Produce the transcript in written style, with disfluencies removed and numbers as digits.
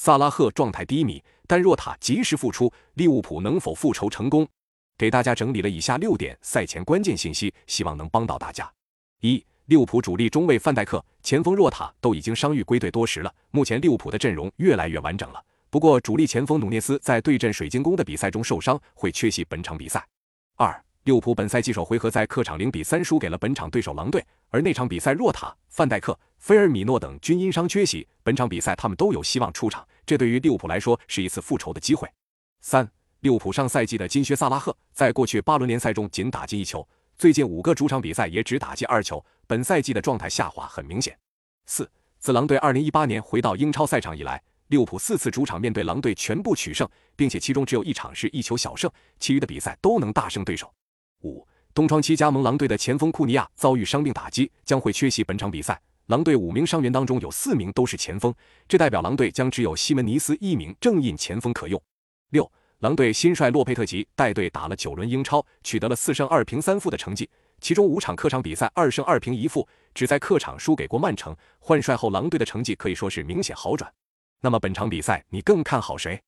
萨拉赫状态低迷，但若塔及时复出，利物浦能否复仇成功？给大家整理了以下6点赛前关键信息，希望能帮到大家。1. 利物浦主力中卫范戴克、前锋若塔都已经伤愈归队多时了，目前利物浦的阵容越来越完整了。不过，主力前锋努涅斯在对阵水晶宫的比赛中受伤，会缺席本场比赛。2. 利物浦本赛季首回合在客场0-3输给了本场对手狼队，而那场比赛若塔、范戴克、菲尔米诺等均因伤缺席，本场比赛他们都有希望出场，这对于利物浦来说是一次复仇的机会。3. 利物浦上赛季的金靴萨拉赫在过去8轮联赛中仅打进1球，最近5个主场比赛也只打进2球，本赛季的状态下滑很明显。4. 自狼队2018年回到英超赛场以来，利物浦4次主场面对狼队全部取胜，并且其中只有1场是1球小胜，其余的比赛都能大胜对手。5. 东窗期加盟狼队的前锋库尼亚遭遇伤病打击，将会缺席本场比赛。狼队5名伤员当中有4名都是前锋，这代表狼队将只有西门尼斯1名正印前锋可用。6. 狼队新帅洛佩特吉带队打了9轮英超，取得了4胜2平3负的成绩，其中5场客场比赛2胜2平1负，只在客场输给过曼城。换帅后狼队的成绩可以说是明显好转。那么本场比赛你更看好谁？